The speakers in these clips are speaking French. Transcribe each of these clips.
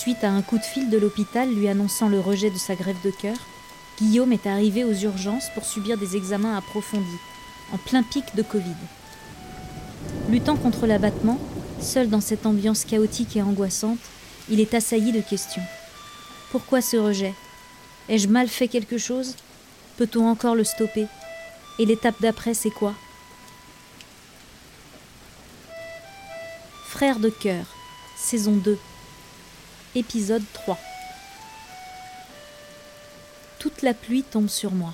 Suite à un coup de fil de l'hôpital lui annonçant le rejet de sa greffe de cœur, Guillaume est arrivé aux urgences pour subir des examens approfondis, en plein pic de Covid. Luttant contre l'abattement, seul dans cette ambiance chaotique et angoissante, il est assailli de questions. Pourquoi ce rejet ? Ai-je mal fait quelque chose ? Peut-on encore le stopper ? Et l'étape d'après, c'est quoi ? Frères de cœur, saison 2, épisode 3. Toute la pluie tombe sur moi.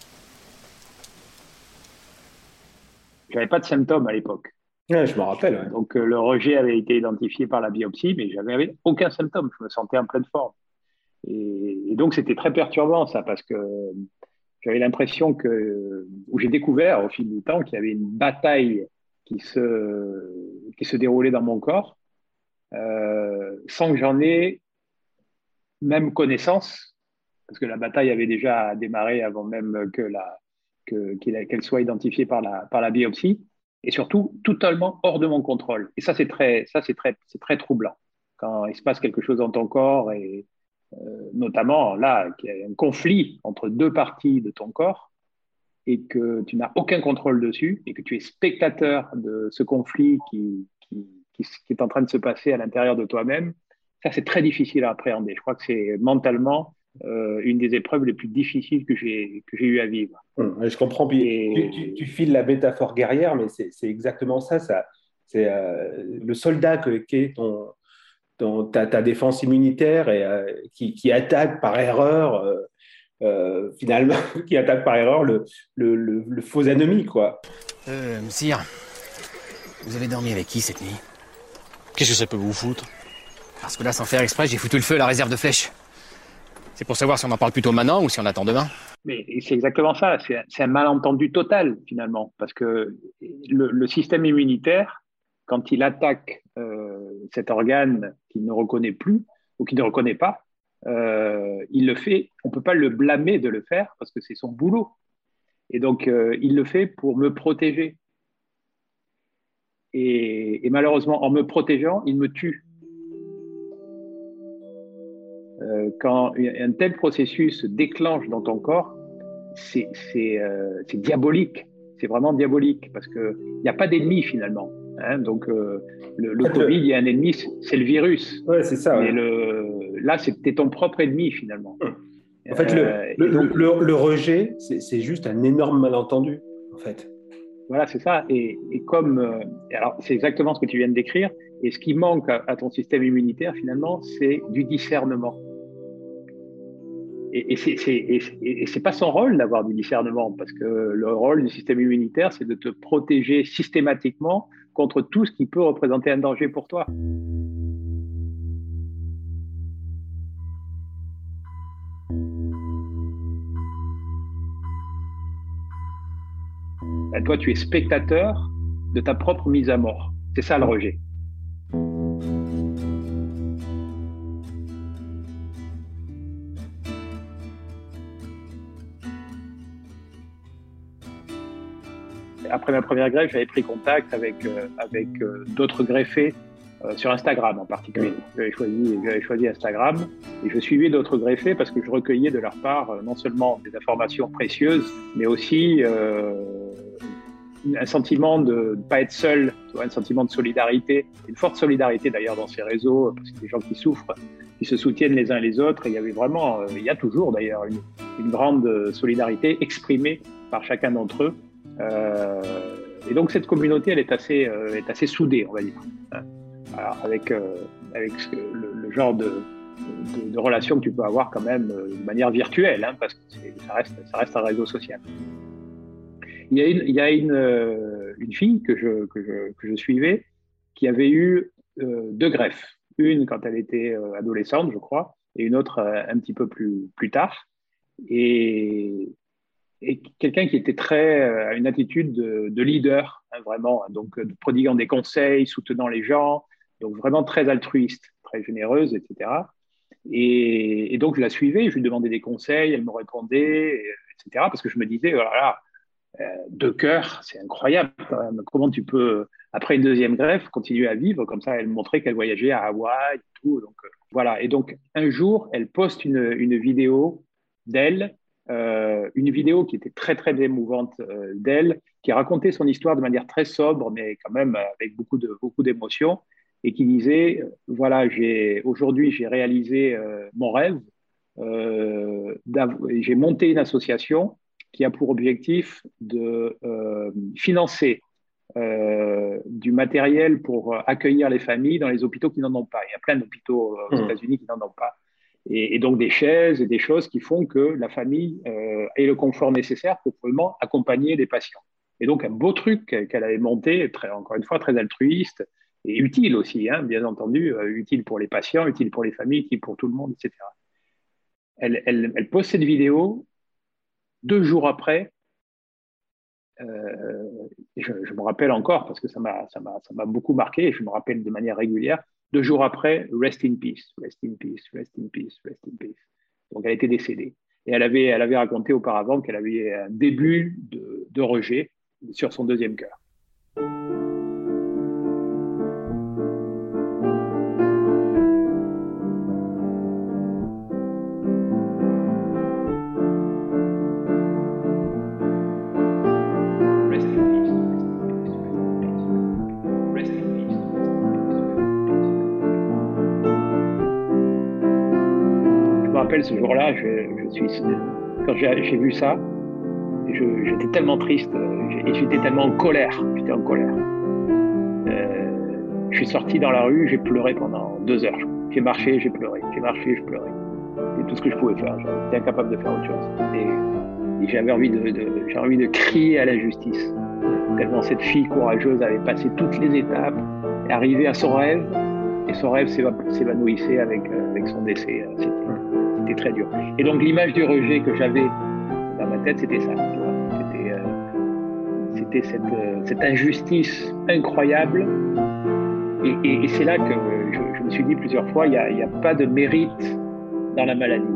J'avais pas de symptômes à l'époque. Ouais, je me rappelle. Ouais. Donc, le rejet avait été identifié par la biopsie, mais j'avais aucun symptôme. Je me sentais en pleine forme. Et donc, c'était très perturbant, ça, parce que j'avais l'impression où j'ai découvert au fil du temps qu'il y avait une bataille qui se déroulait dans mon corps, sans que j'en ai même connaissance, parce que la bataille avait déjà démarré avant même qu'elle soit identifiée par la biopsie, et surtout totalement hors de mon contrôle. Et ça, c'est très troublant quand il se passe quelque chose dans ton corps, et notamment là, qu'il y a un conflit entre deux parties de ton corps, et que tu n'as aucun contrôle dessus, et que tu es spectateur de ce conflit qui est en train de se passer à l'intérieur de toi-même. Ça, c'est très difficile à appréhender. Je crois que c'est mentalement une des épreuves les plus difficiles que j'ai eu à vivre. Je comprends. Puis, tu files la métaphore guerrière, mais c'est exactement ça. C'est le soldat qu'est ta défense immunitaire et qui attaque par erreur, finalement, qui attaque par erreur le faux ennemi, quoi. Messire, vous avez dormi avec qui cette nuit ? Qu'est-ce que ça peut vous foutre ? Parce que là, sans faire exprès, j'ai foutu le feu à la réserve de flèches. C'est pour savoir si on en parle plutôt maintenant ou si on attend demain. Mais c'est exactement ça. C'est un malentendu total, finalement. Parce que le système immunitaire, quand il attaque cet organe qu'il ne reconnaît plus ou qu'il ne reconnaît pas, il le fait. On ne peut pas le blâmer de le faire parce que c'est son boulot. Et donc, il le fait pour me protéger. Et malheureusement, en me protégeant, il me tue. Quand un tel processus se déclenche dans ton corps, c'est diabolique. C'est vraiment diabolique parce qu'il n'y a pas d'ennemi finalement. Hein, donc, le Covid, il y a un ennemi, c'est le virus. Ouais, c'est ça. Mais Ouais. là, c'était ton propre ennemi finalement. En fait, le rejet, c'est juste un énorme malentendu, en fait. Voilà, c'est ça. Et comme, alors, c'est exactement ce que tu viens de décrire. Et ce qui manque à ton système immunitaire, finalement, c'est du discernement. Et c'est pas son rôle d'avoir du discernement, parce que le rôle du système immunitaire, c'est de te protéger systématiquement contre tout ce qui peut représenter un danger pour toi. Ben, toi, tu es spectateur de ta propre mise à mort. C'est ça le rejet. Après ma première greffe, j'avais pris contact avec d'autres greffés sur Instagram en particulier. J'avais choisi Instagram et je suivais d'autres greffés parce que je recueillais de leur part non seulement des informations précieuses, mais aussi un sentiment de ne pas être seul, tu vois, un sentiment de solidarité, une forte solidarité d'ailleurs dans ces réseaux, parce que des gens qui souffrent, qui se soutiennent les uns les autres. Et il y avait vraiment, il y a toujours d'ailleurs une grande solidarité exprimée par chacun d'entre eux. Et donc cette communauté, elle est assez soudée, on va dire. Alors, avec le genre de relation que tu peux avoir quand même de manière virtuelle, hein, parce que ça reste un réseau social. Il y a une fille que je suivais qui avait eu deux greffes. Une quand elle était adolescente, je crois, et une autre un petit peu plus tard. Et quelqu'un qui était à une attitude de leader, hein, vraiment, donc prodiguant des conseils, soutenant les gens, donc vraiment très altruiste, très généreuse, etc. Et donc je la suivais, je lui demandais des conseils, elle me répondait, etc. Parce que je me disais, oh là là, 2 cœurs, c'est incroyable quand même. Comment tu peux, après une deuxième greffe, continuer à vivre comme ça? Elle montrait qu'elle voyageait à Hawaï et tout. Donc, voilà. Et donc, un jour, elle poste une vidéo d'elle, une vidéo qui était très, très émouvante d'elle, qui racontait son histoire de manière très sobre, mais quand même avec beaucoup d'émotions, et qui disait, voilà, aujourd'hui, j'ai réalisé mon rêve. J'ai monté une association qui a pour objectif de financer du matériel pour accueillir les familles dans les hôpitaux qui n'en ont pas. Il y a plein d'hôpitaux aux États-Unis qui n'en ont pas. Et donc des chaises et des choses qui font que la famille ait le confort nécessaire pour vraiment accompagner les patients. Et donc un beau truc qu'elle avait monté, encore une fois, très altruiste et utile aussi, hein, bien entendu, utile pour les patients, utile pour les familles, utile pour tout le monde, etc. Elle poste cette vidéo 2 jours après. Je me rappelle encore parce que ça m'a beaucoup marqué et je me rappelle de manière régulière. 2 jours après, rest in peace, rest in peace, rest in peace, rest in peace. Donc elle était décédée. Et elle avait raconté auparavant qu'elle avait eu un début de rejet sur son 2e cœur. Ce jour-là, quand j'ai vu ça, j'étais tellement triste et j'étais tellement en colère. J'étais en colère. Je suis sorti dans la rue, j'ai pleuré pendant 2 heures. J'ai marché, j'ai pleuré. J'ai marché, je pleurais. C'est tout ce que je pouvais faire. J'étais incapable de faire autre chose. Et j'avais envie de crier à la justice. Tellement cette fille courageuse avait passé toutes les étapes, et arrivée à son rêve, et son rêve s'évanouissait avec son décès. C'était très dur. Et donc l'image du rejet que j'avais dans ma tête, c'était ça. Tu vois, c'était cette injustice incroyable. Et c'est là que je me suis dit plusieurs fois, il n'y a pas de mérite dans la maladie.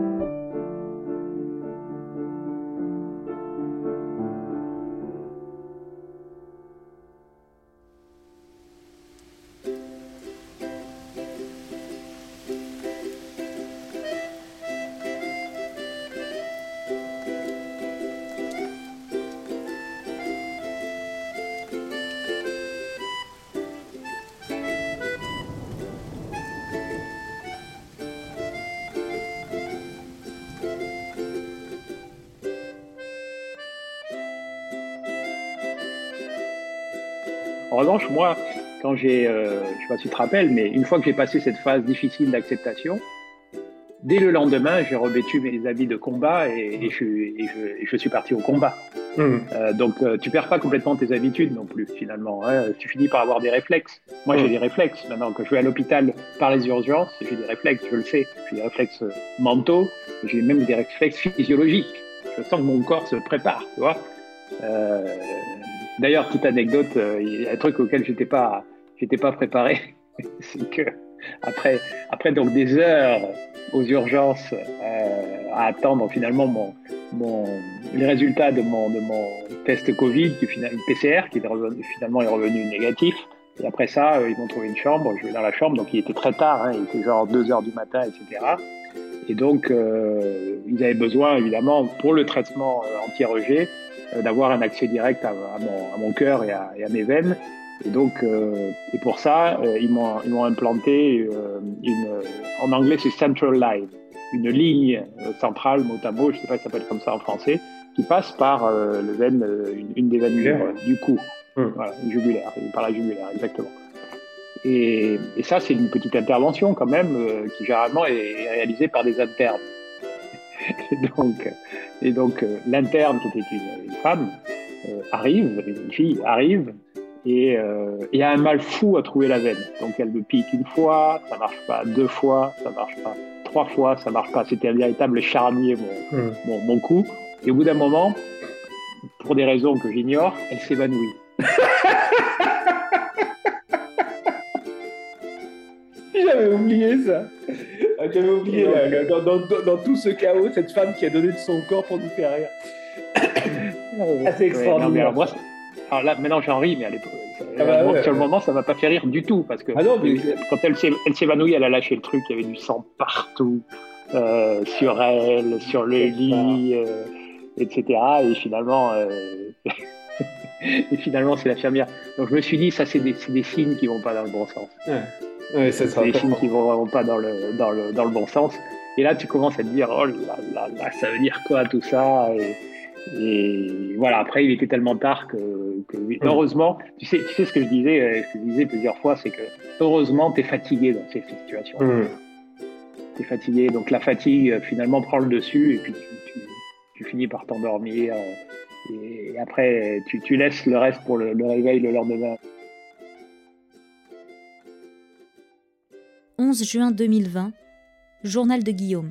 En revanche, moi, quand je sais pas si tu te rappelles, mais une fois que j'ai passé cette phase difficile d'acceptation, dès le lendemain, j'ai revêtu mes habits de combat et je suis parti au combat. Donc, tu perds pas complètement tes habitudes non plus, finalement. Hein. Tu finis par avoir des réflexes. Moi, j'ai des réflexes. Maintenant, quand je vais à l'hôpital par les urgences, j'ai des réflexes, je le sais. J'ai des réflexes mentaux, j'ai même des réflexes physiologiques. Je sens que mon corps se prépare, tu vois. D'ailleurs, petite anecdote, il y a un truc auquel j'étais pas préparé, c'est que après donc des heures aux urgences à attendre finalement les résultats de mon test Covid, PCR, qui finalement est revenu négatif. Et après ça, ils m'ont trouvé une chambre. Je vais dans la chambre, donc il était très tard, hein, il était genre 2 heures du matin, etc. Et donc ils avaient besoin évidemment pour le traitement anti-rejet d'avoir un accès direct à mon cœur et à mes veines. Et donc, et pour ça, ils m'ont implanté en anglais c'est central line, une ligne centrale mot à mot, je ne sais pas si ça s'appelle comme ça en français, qui passe par une des veines du cou, voilà, jugulaire, par la jugulaire, exactement. Et ça, c'est une petite intervention quand même qui généralement est réalisée par des internes. Et donc l'interne, qui était une femme, une fille arrive et a un mal fou à trouver la veine. Donc elle me pique 1 fois, ça marche pas, 2 fois, ça marche pas, 3 fois, ça marche pas. C'était un véritable charnier, mon cou. Et au bout d'un moment, pour des raisons que j'ignore, elle s'évanouit. J'avais oublié ça. J'avais oublié dans tout ce chaos, cette femme qui a donné de son corps pour nous faire rire. C'est extraordinaire. Alors là, maintenant j'en ris, mais à l'époque, sur le moment, ça m'a pas fait rire du tout, parce que quand elle s'évanouit, elle a lâché le truc, il y avait du sang partout, sur elle, sur le lit, etc. Et finalement, c'est l'infirmière. Donc je me suis dit, ça c'est des signes qui vont pas dans le bon sens. Ouais, c'est des signes qui vont vraiment pas dans le bon sens. Et là, tu commences à te dire, oh là là, ça veut dire quoi tout ça? Et voilà, après, il était tellement tard que heureusement, tu sais ce que je disais plusieurs fois, c'est que heureusement, tu es fatigué dans ces situations. Tu es fatigué, donc la fatigue, finalement, prend le dessus, et puis tu finis par t'endormir, et après, tu laisses le reste pour le réveil le lendemain. 11 juin 2020, journal de Guillaume.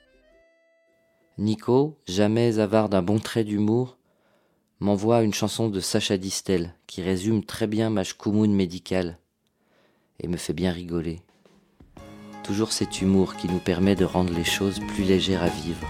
Nico, jamais avare d'un bon trait d'humour, m'envoie une chanson de Sacha Distel qui résume très bien ma schkoumoune médicale et me fait bien rigoler. Toujours cet humour qui nous permet de rendre les choses plus légères à vivre.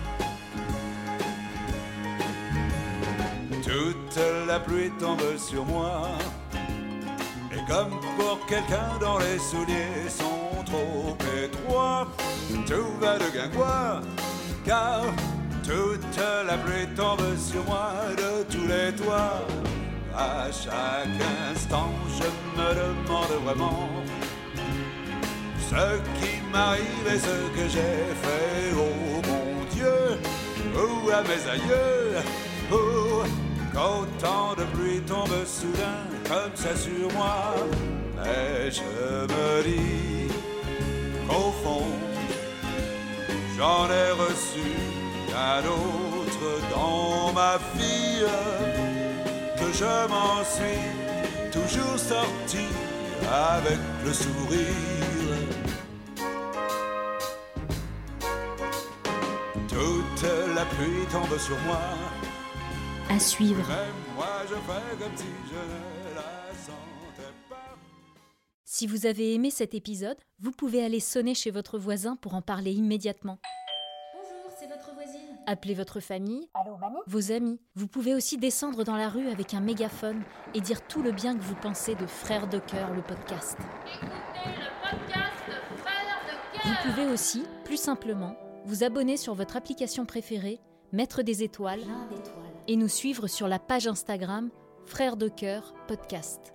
Toute la pluie tombe sur moi, et comme pour quelqu'un dont les souliers sont trop étroits, tout va de guingois. Car toute la pluie tombe sur moi de tous les toits. À chaque instant, je me demande vraiment ce qui m'arrive et ce que j'ai fait. Oh mon Dieu, ou à mes aïeux, ou qu'autant de pluie tombe soudain comme ça sur moi. Mais je me dis qu'au fond, j'en ai reçu un autre dans ma vie, que je m'en suis toujours sorti avec le sourire. Toute la pluie tombe sur moi. À suivre. Même moi je fais comme si je ne la sentais pas. Si vous avez aimé cet épisode, vous pouvez aller sonner chez votre voisin pour en parler immédiatement. Bonjour, c'est votre voisine. Appelez votre famille, Allô, mamie? vos amis. Vous pouvez aussi descendre dans la rue avec un mégaphone et dire tout le bien que vous pensez de Frères de Cœur, le podcast. Écoutez le podcast Frères de Cœur. Vous pouvez aussi, plus simplement, vous abonner sur votre application préférée, mettre des étoiles Plein d'étoiles. et nous suivre sur la page Instagram Frères de Cœur Podcast.